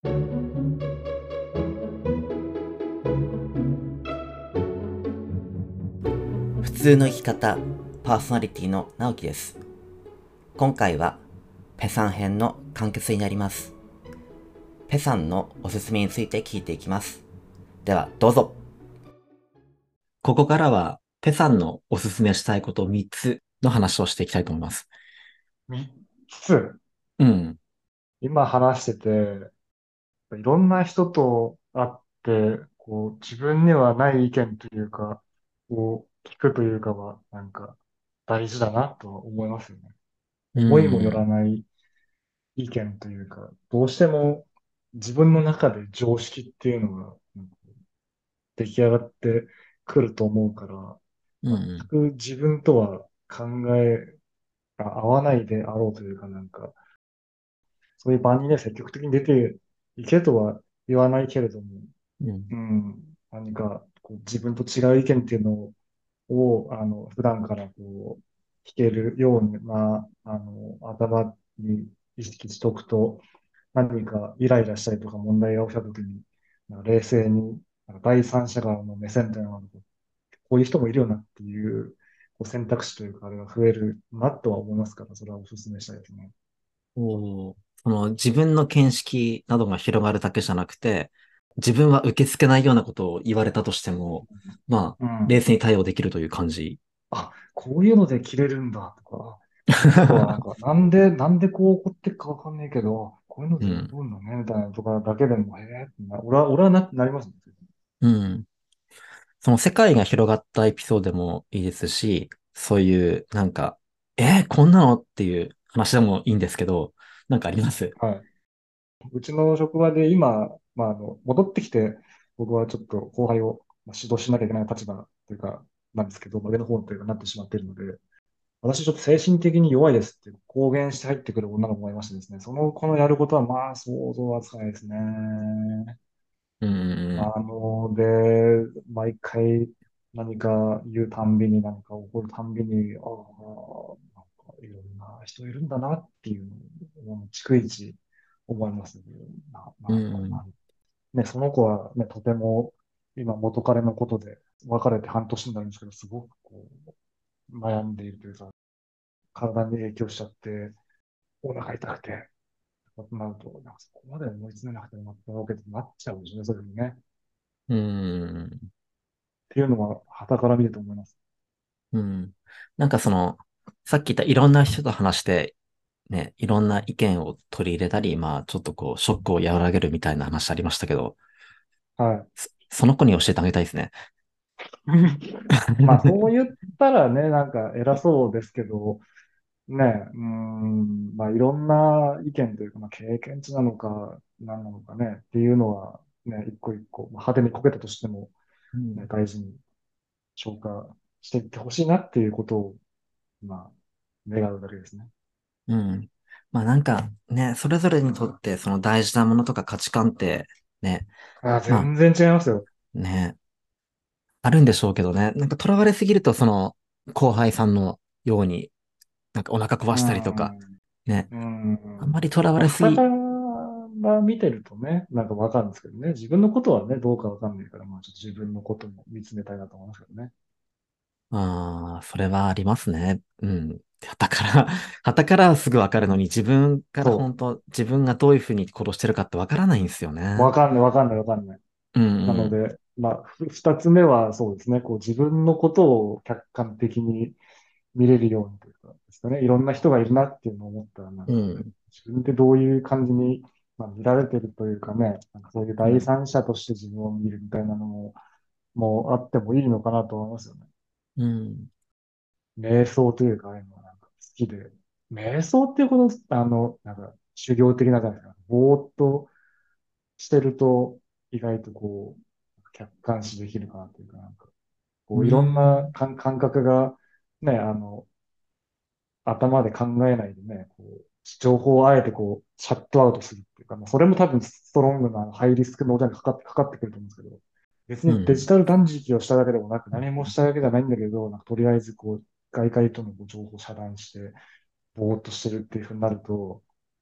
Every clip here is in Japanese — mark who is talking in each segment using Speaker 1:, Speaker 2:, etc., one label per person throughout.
Speaker 1: 普通の生き方パーソナリティの直樹です。今回はペさん編の完結になります。ペさんのおすすめについて聞いていきます。ではどうぞ。ここからはペさんのおすすめしたいこと3つの話をしていきたいと思います。
Speaker 2: 3つ、
Speaker 1: うん。
Speaker 2: 今話してて、いろんな人と会って、自分にはない意見というか、を聞くというかは、大事だなとは思いますよね。
Speaker 1: う
Speaker 2: 思いもよら
Speaker 1: ん。
Speaker 2: ない意見というか、どうしても自分の中で常識っていうのが出来上がってくると思うから、
Speaker 1: うん。
Speaker 2: 全く自分とは考えが合わないであろうというか、そういう場にね、積極的に出ていけとは言わないけれども、
Speaker 1: うん。
Speaker 2: うん、自分と違う意見っていうのを、普段から聞けるように、頭に意識しておくと、何かイライラしたりとか問題が起きたときに、冷静に、第三者側の目線というのは、こういう人もいるよなっていう、選択肢というか、あれが増えるなとは思いますから、それはお勧めしたいですね。
Speaker 1: その自分の見識などが広がるだけじゃなくて、自分は受け付けないようなことを言われたとしても、まあ、
Speaker 2: うん。
Speaker 1: 冷静に対応できるという感じ。
Speaker 2: あ、こういうので切れるんだとか、この人はなんでこう怒ってるかわかんないけど、こういうの
Speaker 1: うん。
Speaker 2: で怒るのね、みたいなとかだけでも、へえって俺はなりますね。
Speaker 1: うん。その世界が広がったエピソードでもいいですし、そういうこんなのっていう話でもいいんですけど、なんかあります？
Speaker 2: はい。うちの職場で今、戻ってきて、僕はちょっと後輩を指導しなきゃいけない立場というか、なんですけど、上の方というかなってしまっているので、私ちょっと精神的に弱いですって公言して入ってくる女の子がいましてですね、その子のやることはまあ想像はつかないですね。
Speaker 1: うん。
Speaker 2: で、毎回何か言うたんびに何か起こるたんびに、いろんな人いるんだなっていうのを、逐一思いますね。な、
Speaker 1: う
Speaker 2: なんだ、な
Speaker 1: ん。
Speaker 2: んね、その子はね、とても今元彼のことで別れて半年になるんですけど、すごく悩んでいるというか、体に影響しちゃって、お腹痛くて、となると、そこまで思い詰めなくてもなったわけでなっちゃうんですね、そういうふうにね。っ
Speaker 1: うん。
Speaker 2: ていうのは、傍から見ると思います。
Speaker 1: うん。なんかその、さっき言ったいろんな人と話して、ね、いろんな意見を取り入れたり、まあ、ちょっとショックを和らげるみたいな話ありましたけど、
Speaker 2: はい。
Speaker 1: その子に教えてあげたいですね。
Speaker 2: まあ、そう言ったらね、偉そうですけど、ね、まあ、いろんな意見というか、まあ、経験値なのか、何なのかね、っていうのは、ね、一個一個、まあ派手にこけたとしても、ね、
Speaker 1: うん。
Speaker 2: 大事に消化していってほしいなっていうことを、まあ、願うだけですね。
Speaker 1: うん。まあなんかね、それぞれにとってその大事なものとか価値観ってね、
Speaker 2: あ、
Speaker 1: ま
Speaker 2: 全然違いますよ。
Speaker 1: あね、あるんでしょうけどね、なんか囚われすぎるとその後輩さんのようになんかお腹
Speaker 2: う
Speaker 1: 壊したりとか、
Speaker 2: ん。
Speaker 1: ね、
Speaker 2: うん。
Speaker 1: あんまり囚わ
Speaker 2: まあ、
Speaker 1: れすぎ、
Speaker 2: 傍から見てるとね、わかるんですけどね、自分のことはね、どうかわかんないから、まあ、ちょっと自分のことも見つめたいなと思いますけどね。
Speaker 1: ああ、それはありますね。うん。旗から、旗からはすぐわかるのに自分から
Speaker 2: そ
Speaker 1: 自分がどういうふうに殺してるかってわからないんですよ
Speaker 2: う。
Speaker 1: ね。
Speaker 2: わかんない。
Speaker 1: うんうん。
Speaker 2: なので、まあ、二つ目はそうですね、自分のことを客観的に見れるようにというかですかね、いろんな人がいるなっていうのを思ったら、
Speaker 1: うん。
Speaker 2: 自分ってどういう感じに、まあ、見られてるというかね、そういう
Speaker 1: うん。
Speaker 2: 第三者として自分を見るみたいなのもあってもいいのかなと思いますよね。
Speaker 1: うん。
Speaker 2: 瞑想というか、ああいうのは好きで。瞑想っていうほど、修行的な感じですか。ぼーっとしてると、意外と客観視できるかなというか、
Speaker 1: う
Speaker 2: いろんな
Speaker 1: ん。
Speaker 2: 感覚が、ね、頭で考えないでね、情報をあえてシャットアウトするっていうか、まあ、それも多分ストロングなハイリスクのおにかかってくると思うんですけど、別にデジ
Speaker 1: うん。
Speaker 2: タル断食をしただけでもなく、何もしたわけじゃないんだけど、とりあえず外界との情報を遮断して、ぼーっとしてるっていうふうになると、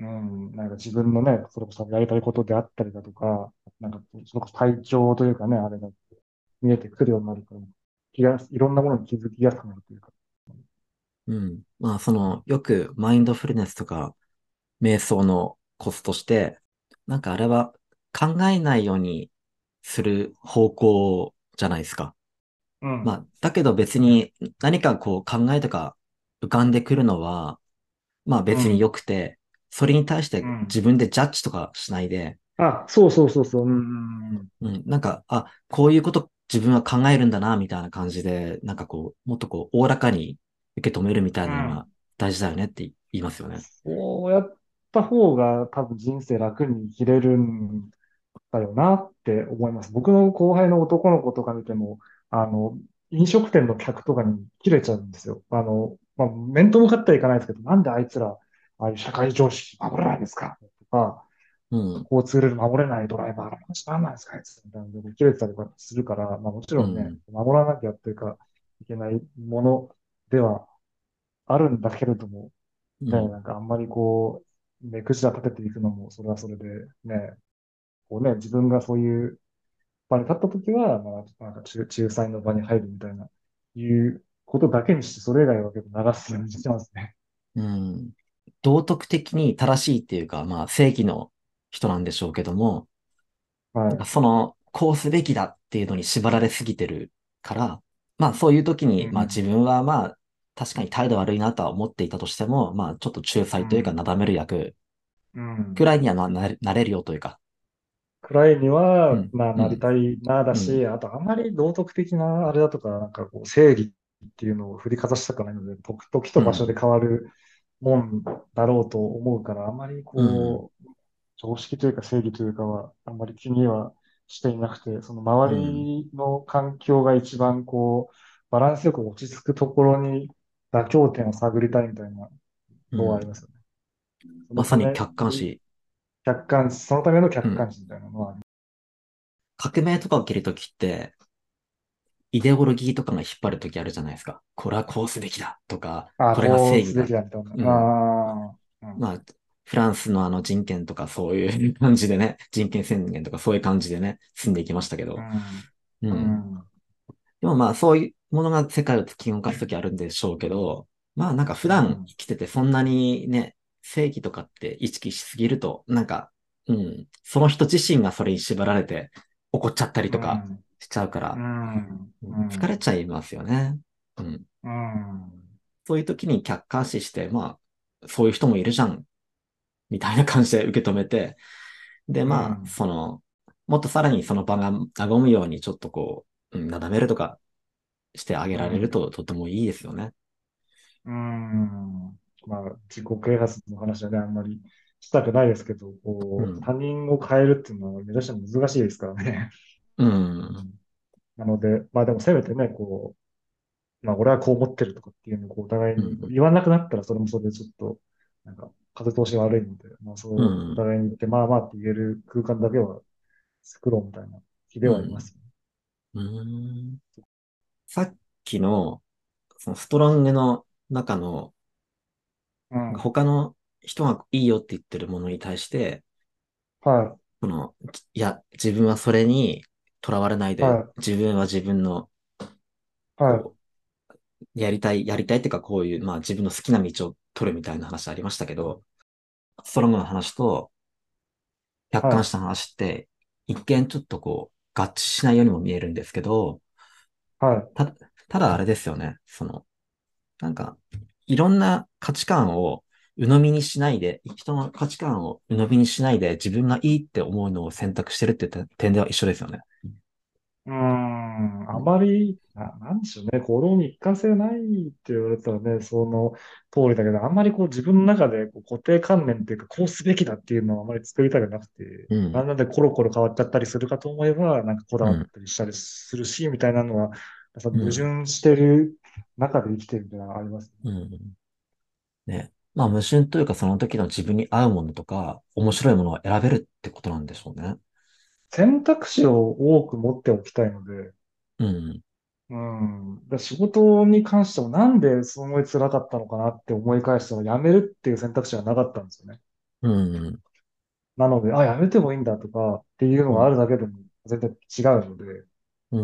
Speaker 2: なんか自分のね、それこそやりたいことであったりだとか、なんか、それこそ体調というかね、あれが見えてくるようになるから、いろんなものに気づきやすくなるというか。
Speaker 1: うん。まあ、よくマインドフルネスとか瞑想のコツとして、なんかあれは考えないようにする方向じゃないですか。
Speaker 2: うん、
Speaker 1: まあ、だけど別に何かこう考えとか浮かんでくるのは、まあ別に良
Speaker 2: うん、
Speaker 1: くて、それに対して
Speaker 2: うん。
Speaker 1: 自分でジャッジとかしないで、
Speaker 2: あ、そうそうそうそう、うん、うん、
Speaker 1: うん、なんか、あ、こういうこと自分は考えるんだな、みたいな感じで、なんかこう、もっとこう、おおらかに受け止めるみたいなのが
Speaker 2: うん。
Speaker 1: 大事だよねって言いますよね。
Speaker 2: そうやった方が多分人生楽に生きれるんだよなって思います。僕の後輩の男の子とか見ても、あの、飲食店の客とかに切れちゃうんですよ。面と向かってはいかないですけど、なんであいつら、ああいう社会常識守れないんですかとか、
Speaker 1: うん、
Speaker 2: 交通ルール守れないドライバーの話なんなんですかあいつみたいなので切れてたりとかするから、まあもちろんね、
Speaker 1: うん、
Speaker 2: 守らなきゃっていうか、いけないものではあるんだけれども、ね、
Speaker 1: うん、
Speaker 2: なんかあんまりこう、目くじら立てていくのも、それはそれで、ね、こうね、自分がそういう場に立ったときは、まあ、なんか仲裁の場に入るみたいな、いうことだけにして、それ以外は結構流すようにしてますね。
Speaker 1: うん。道徳的に正しいっていうか、まあ正義の人なんでしょうけども、なんか
Speaker 2: はい。
Speaker 1: こうすべきだっていうのに縛られすぎてるから、まあそういう時に、まあ自
Speaker 2: うん、
Speaker 1: 分はまあ確かに態度悪いなとは思っていたとしても、まあちょっと仲裁というかな
Speaker 2: うん、
Speaker 1: だめる役
Speaker 2: うん。
Speaker 1: くらいにはなれるよというか、
Speaker 2: くらいには、
Speaker 1: うん、
Speaker 2: まあ、
Speaker 1: うん、
Speaker 2: なりたいな、だ
Speaker 1: うん、
Speaker 2: し、あと、あんまり道徳的なあれだとか、なんかこう、正義っていうのを振りかざしたくないので、時と場所で
Speaker 1: うん、
Speaker 2: 変わるもんだろうと思うから、あまり
Speaker 1: うん、
Speaker 2: こう、常識というか正義というかは、あんまり気にはしていなくて、その周
Speaker 1: うん、
Speaker 2: りの環境が一番こう、バランスよく落ち着くところに妥協点を探りたいみたいなのはあり
Speaker 1: うん。
Speaker 2: ますよね。その
Speaker 1: まさに
Speaker 2: ために、
Speaker 1: 客観視。
Speaker 2: そのための
Speaker 1: うん。
Speaker 2: 客観視みたいなのは、
Speaker 1: 革命とかを切るときって、イデオロギーとかが引っ張るときあるじゃないですか。これはこうすべきだとか、
Speaker 2: ああ、
Speaker 1: これが
Speaker 2: こうすべき
Speaker 1: 正義だ。
Speaker 2: だみたいな。
Speaker 1: うん。
Speaker 2: ああ、うん、
Speaker 1: まあ、フランスのあの人権とかそういう感じでね、人権宣言とかそういう感じでね、進んでいきましたけど。
Speaker 2: うん、う
Speaker 1: うん。
Speaker 2: ん、
Speaker 1: でもまあ、そういうものが世界を基本化すときあるんでしょうけど、まあなんか普段
Speaker 2: うん、
Speaker 1: 生きててそんなにね、正義とかって意識しすぎると、なんか、うん、その人自身がそれに縛られて怒っちゃったりとか
Speaker 2: うん、
Speaker 1: しちゃうか
Speaker 2: う
Speaker 1: ら、
Speaker 2: ん、
Speaker 1: うん
Speaker 2: う
Speaker 1: 疲れ
Speaker 2: ん、
Speaker 1: ちゃいますよね。うん。
Speaker 2: うん、
Speaker 1: そういう時に客観視して、まあ、そういう人もいるじゃん、みたいな感じで受け止めて、で、まあ、
Speaker 2: うん、
Speaker 1: もっとさらにその場が和むようにちょっとこう、なだめるとかしてあげられる
Speaker 2: うん。
Speaker 1: ととてもいいですよね。
Speaker 2: うーん。まあ、自己啓発の話はね、あんまりしたくないですけど、こう、
Speaker 1: うん。
Speaker 2: 他人を変えるっていうのは目指しても難しいですからね。
Speaker 1: うん。
Speaker 2: うん。なので、まあでもせめてね、こう、まあ俺はこう思ってるとかっていうのをこうお互い
Speaker 1: うん。
Speaker 2: にこう言わなくなったらそれもそれでちょっと、なんか風通しが悪いので、まあそうお
Speaker 1: うん。
Speaker 2: 互いに言って、まあまあって言える空間だけは作ろうみたいな気で
Speaker 1: うん。
Speaker 2: はありますよね。
Speaker 1: うん。さっきの、そのストロングの中の、
Speaker 2: うん。
Speaker 1: 他の人がいいよって言ってるものに対して、
Speaker 2: は
Speaker 1: いや、自分はそれにとらわれない
Speaker 2: い。
Speaker 1: で、
Speaker 2: はい。
Speaker 1: 自分は自分の、
Speaker 2: はい。
Speaker 1: こやりたいっていうか、こういう、まあ自分の好きな道を取るみたいな話ありましたけど、ストロングの話と客
Speaker 2: はい。
Speaker 1: 観した話って、一見ちょっとこう、合致しないようにも見えるんですけど、
Speaker 2: はい。
Speaker 1: た、ただあれですよね。なんか、いろんな価値観を鵜呑みにしないで、人の価値観を鵜呑みにしないで、自分がいいって思うのを選択してるって点では一緒ですよね。
Speaker 2: あ
Speaker 1: うん。
Speaker 2: まり、なんでしょうね、行動に一貫性ないって言われたらね、その通りだけど、あんまりこう自分の中でこう固定観念っていうか、こうすべきだっていうのはあまり作りたくなくて、
Speaker 1: うん。
Speaker 2: なのでコロコロ変わっちゃったりするかと思えば、なんかこだわっ
Speaker 1: うん。
Speaker 2: たりしたりするし、みたいなのは、やっぱ矛
Speaker 1: うん。
Speaker 2: 盾してる中で生きてるみたいなのがありますね。
Speaker 1: うん。ね。まあ、矛盾というか、その時の自分に合うものとか、面白いものを選べるってことなんでしょうね。
Speaker 2: 選択肢を多く持っておきたいので、
Speaker 1: うん。
Speaker 2: うん。仕事に関してもなんですごい辛かったのかなって思い返したら辞めるっていう選択肢はなかったんですよね。
Speaker 1: うん。
Speaker 2: なので、あ、やめてもいいんだとかっていうのがあ
Speaker 1: うん。
Speaker 2: るだけでも全然違うので、
Speaker 1: うん。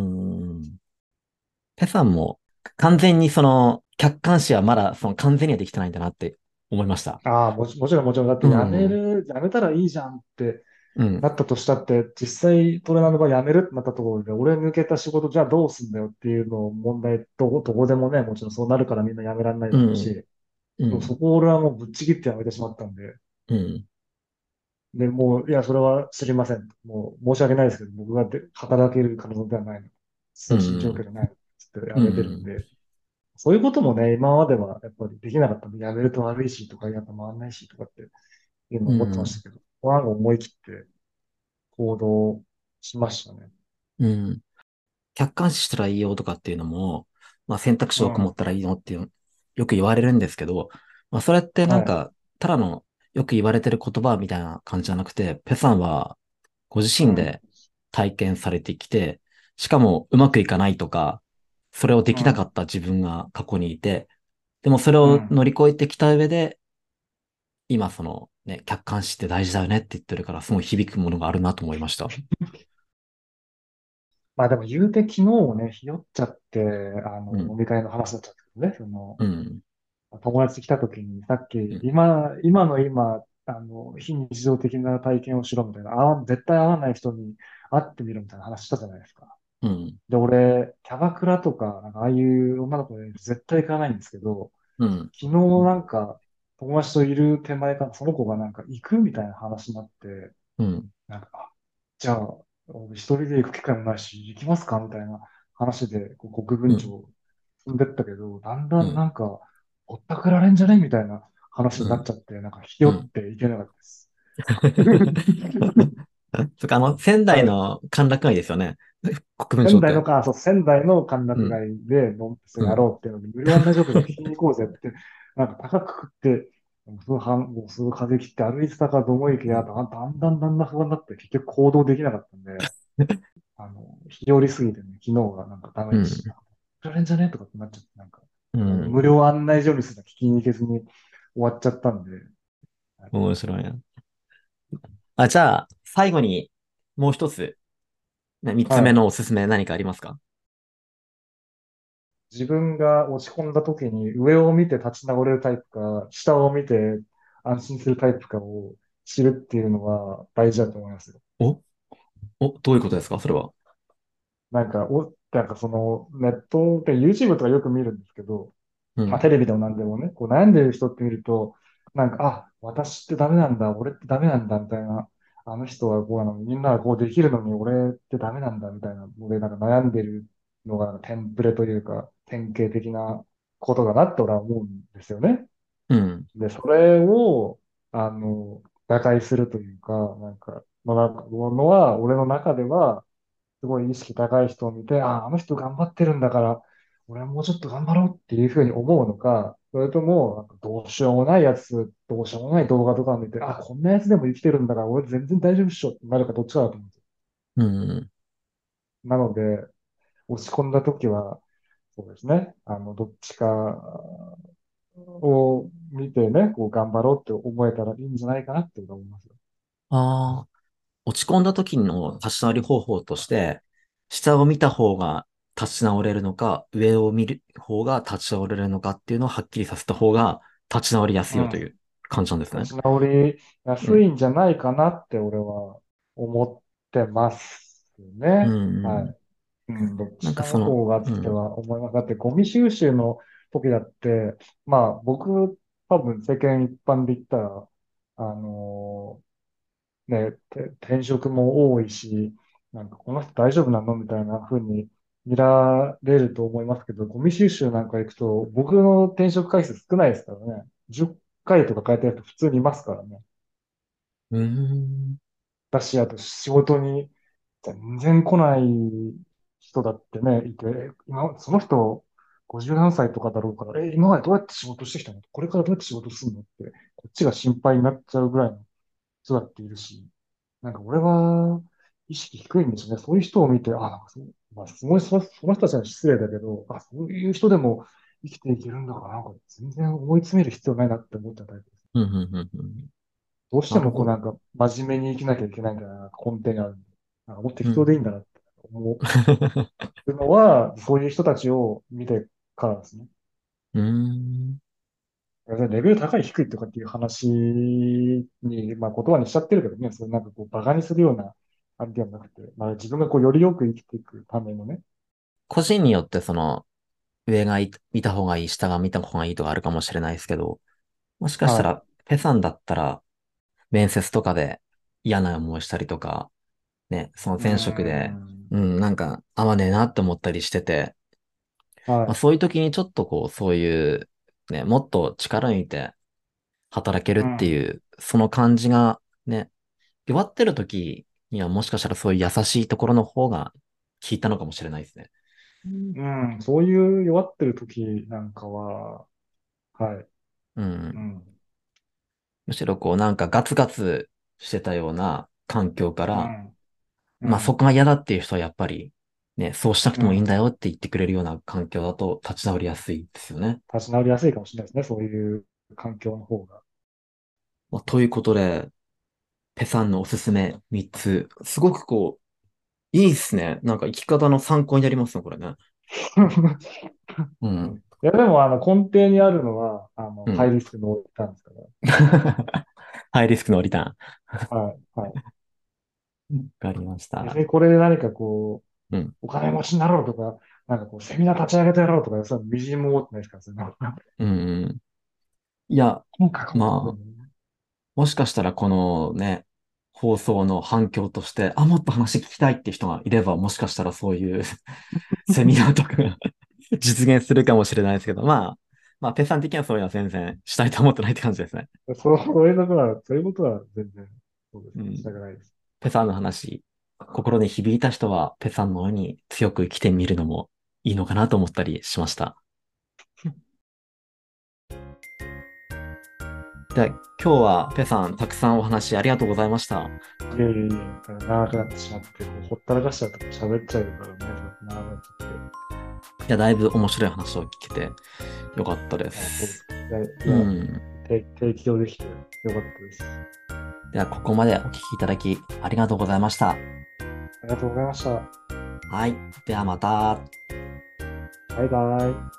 Speaker 1: ペさんも完全にその客観視はまだその完全にはできてないんだなって思いました。
Speaker 2: ああ、もちろんもちろん、だっ
Speaker 1: う
Speaker 2: て
Speaker 1: ん。
Speaker 2: やめたらいいじゃんって
Speaker 1: うん。
Speaker 2: なったとしたって、実際トレーナーの場合辞めるってなったところで、俺抜けた仕事じゃあどうすんだよっていうのを問題、どこでもね、もちろんそうなるからみんな辞められない
Speaker 1: うん。
Speaker 2: だろうし、でもそ
Speaker 1: うん。
Speaker 2: こを俺はもうぶっちぎって辞めてしまったんで、
Speaker 1: うん。
Speaker 2: で、もう、いや、それは知りません。もう申し訳ないですけど、僕が働ける可能性ではないの。
Speaker 1: う
Speaker 2: 精神状況
Speaker 1: ん。
Speaker 2: でないの。つって辞めてるん
Speaker 1: うん。
Speaker 2: で、そういうこともね、今まではやっぱりできなかったんで、辞めると悪いしとか、やっぱ回んないしとかっていうのを思ってま
Speaker 1: うん。
Speaker 2: したけど、なんか思い切って行動しましたね。
Speaker 1: うん。客観視したらいいよとかっていうのも、まあ選択肢
Speaker 2: うん。
Speaker 1: 多く持ったらいいのっていう、よく言われるんですけど、まあそれってな
Speaker 2: はい。
Speaker 1: んか、ただのよく言われてる言葉みたいな感じじゃなくて、ペさんはご自
Speaker 2: うん。
Speaker 1: 身で体験されてきて、しかもうまくいかないとか、それをできなか
Speaker 2: うん。
Speaker 1: った自分が過去にいて、でもそれ
Speaker 2: うん。
Speaker 1: を乗り越えてきた上で、今そのね、客観視って大事だよねって言ってるから、すごい響くものがあるなと思いました。
Speaker 2: まあでも言うて昨日もね、ひよっちゃって、
Speaker 1: うん、
Speaker 2: 飲み会の話だったんですけどね、
Speaker 1: うん、
Speaker 2: 友達来た時に、さっき、
Speaker 1: うん、
Speaker 2: 今、非日常的な体験をしろみたいな、絶対会わない人に会ってみろみたいな話したじゃないですか。
Speaker 1: うん、
Speaker 2: で、俺、キャバクラとか、なんかああいう女の子で絶対行かないんですけど、
Speaker 1: うん、
Speaker 2: 昨日なんか、友達といる手前から、その子がなんか行くみたいな話になって、
Speaker 1: うん、
Speaker 2: なんか、じゃあ、俺一人で行く機会もないし、行きますかみたいな話で、国
Speaker 1: うん、
Speaker 2: 分町踏んでったけど、だんだ
Speaker 1: うん、
Speaker 2: んなんか、ぼったくられんじゃねみたいな話になっ
Speaker 1: うん。
Speaker 2: ちゃって、なんかひよっ
Speaker 1: うん。
Speaker 2: ていけなかったです。
Speaker 1: そっか、仙
Speaker 2: はい。
Speaker 1: 台の歓楽街ですよね。国分町って。
Speaker 2: 仙台の歓
Speaker 1: うん、
Speaker 2: 楽街でそ
Speaker 1: うん、
Speaker 2: うやろうっていうので、無料案内所とか聞きに行こうぜって、なんか高く食って、もうすぐ風切って歩いてたかと思いきや、
Speaker 1: うん、
Speaker 2: だんだん不安になって結局行動できなかったんで、日和すぎてね、昨日はなんかダメでした。
Speaker 1: うん、
Speaker 2: やれんじゃねとかってなっちゃって、なんか、
Speaker 1: うん。
Speaker 2: 無料案内所にすら聞きに行けずに終わっちゃったんで、はい。
Speaker 1: 面白いな。あ、じゃあ、最後にもう一つ、三つ目
Speaker 2: はい。
Speaker 1: のおすすめ何かありますか？
Speaker 2: 自分が落ち込んだ時に上を見て立ち直れるタイプか、下を見て安心するタイプかを知るっていうのは大事だと思いますよ。
Speaker 1: おどういうことですかそれは？
Speaker 2: なんかそのネットで YouTube とかよく見るんですけど、まあ、テ
Speaker 1: うん、
Speaker 2: レビでも何でもね、こう悩んでる人って見ると、なんか、あ、私ってダメなんだ、俺ってダメなんだ、みたいな。あの人はこうなのに、みんなはこうできるのに、俺ってダメなんだ、みたいなので、なんか悩んでるのがテンプレというか、典型的なことだなって俺は思うんですよね。
Speaker 1: うん、
Speaker 2: で、それを、打開するというか、ものは、俺の中では、すごい意識高い人を見て、あの人頑張ってるんだから、俺はもうちょっと頑張ろうっていうふうに思うのか、それとも、なんかどうしようもないやつ、どうしようもない動画とかを見て、こんなやつでも生きてるんだから、俺全然大丈夫っしょってなるかどっちかだと思うんですよ。
Speaker 1: うん、
Speaker 2: なので、落ち込んだ時は、そうですね、どっちかを見てね、こう頑張ろうって思えたらいいんじゃないかなって思いますよ。
Speaker 1: ああ、落ち込んだ時の立ち直り方法として、下を見た方が立ち直れるのか、上を見る方が立ち直れるのかっていうのをはっきりさせた方が立ち直りやすいよとい
Speaker 2: うん。
Speaker 1: う感じなんですね。
Speaker 2: 立ち直りや
Speaker 1: うん。
Speaker 2: すいんじゃないかなって俺は思ってます
Speaker 1: う
Speaker 2: ね。は
Speaker 1: ん。
Speaker 2: い。うん、どっちかの
Speaker 1: なんかその、
Speaker 2: 方がって
Speaker 1: うん。
Speaker 2: は思います。だってゴミ収集の時だって、まあ僕多分世間一般で言ったら、あの転職も多いし、なんかこの人大丈夫なのみたいな風に見られると思いますけど、ゴミ収集なんか行くと僕の転職回数少ないですからね。10回とか変えてる人普通にいますからね。
Speaker 1: うーん。
Speaker 2: だし、あと仕事に全然来ない人だってね、いて、その人50何歳とかだろうから、今までどうやって仕事してきたのこれからどうやって仕事するのって、こっちが心配になっちゃうぐらいの人だっているし、なんか俺は意識低いんですね。そういう人を見て、なんかまあ、すごいその人たちは失礼だけど、そういう人でも生きていけるんだから、なんか全然思い詰める必要ないなって思っちゃうタイプです。
Speaker 1: うん、うん、うん、うん。
Speaker 2: どうして
Speaker 1: なるほど。
Speaker 2: もこうなんか真面目に生きなきゃいけないんだな、根底にあるんで。なんかもう適当でいいん
Speaker 1: うん。
Speaker 2: だなって思うのは、そういう人たちを見てからですね。
Speaker 1: うーん。
Speaker 2: レベル高い低いとかっていう話に、まあ言葉にしちゃってるけどね、それなんかこう馬鹿にするようなあれではなくて、まあ自分がこうよりよく生きていくためのね。
Speaker 1: 個人によってその、上が見た方がいい、下が見た方がいいとかあるかもしれないですけど、もしかした
Speaker 2: は
Speaker 1: ら、ペさんだったら、面接とかで嫌な思いしたりとか、ね、その
Speaker 2: い。
Speaker 1: 前職で、
Speaker 2: ん。
Speaker 1: なんか合わねえなって思ったりしてて、まあ、
Speaker 2: はい。
Speaker 1: そういう時にちょっとこう、そういう、ね、もっと力抜いて働けるって
Speaker 2: うん。
Speaker 1: いう、その感じが、ね、弱ってる時にはもしかしたらそういう優しいところの方が効いたのかもしれないですね。
Speaker 2: うん。そういう弱ってる時なんかは、はい。
Speaker 1: うん。
Speaker 2: うん。
Speaker 1: むしろこう、なんかガツガツしてたような環境から、
Speaker 2: うん。う
Speaker 1: まあそ
Speaker 2: ん。
Speaker 1: こが嫌だっていう人はやっぱり、ね、そうしなくてもいいんだ
Speaker 2: うん。
Speaker 1: よって言ってくれるような環境だと立ち直りやすいですよね。
Speaker 2: 立ち直りやすいかもしれないですね。そういう環境の方が。
Speaker 1: まあ、ということで、ペさんのおすすめ3つ、すごくこう、いいっすね。なんか生き方の参考になりますね、これね。うん。
Speaker 2: いや、でも、根底にあるのは、ハイ
Speaker 1: うん。
Speaker 2: リスクノーリターンですから。
Speaker 1: ハイリスクのリタ
Speaker 2: はい。はい。
Speaker 1: ーン。わかりました。
Speaker 2: 別にこれで何かこ
Speaker 1: うん。
Speaker 2: う、お金持ちになろうとか、なんかこう、セミナー立ち上げてやろうとか、そういう微塵も思ってないですから、それなんか、
Speaker 1: うん。いや、
Speaker 2: 今回こう、
Speaker 1: まあ、もしかしたらこのね、放送の反響として、あ、もっと話聞きたいって人がいれば、もしかしたらそういうセミナーとかが実現するかもしれないですけど、まあ、ペさん的にはそういうのは全然したいと思ってないって感じですね。
Speaker 2: そういうことは全然、そうですね、した
Speaker 1: うん。
Speaker 2: くないです。
Speaker 1: ペさんの話、心に響いた人は、ペさんのように強く生きてみるのもいいのかなと思ったりしました。で、今日はペさん、たくさんお話ありがとうございました。
Speaker 2: いえいえいえ、長くなってしまって、こうほったらかしちゃうと喋っちゃうからね、長くなっちゃって。
Speaker 1: いや、だいぶ面白い話を聞けてよかったで
Speaker 2: あ、そうです
Speaker 1: す。
Speaker 2: か。
Speaker 1: うん。
Speaker 2: 提供できてよかったです。
Speaker 1: では、ここまでお聞きいただきありがとうございました。
Speaker 2: ありがとうございました。
Speaker 1: はい。ではまた。
Speaker 2: バイバイ。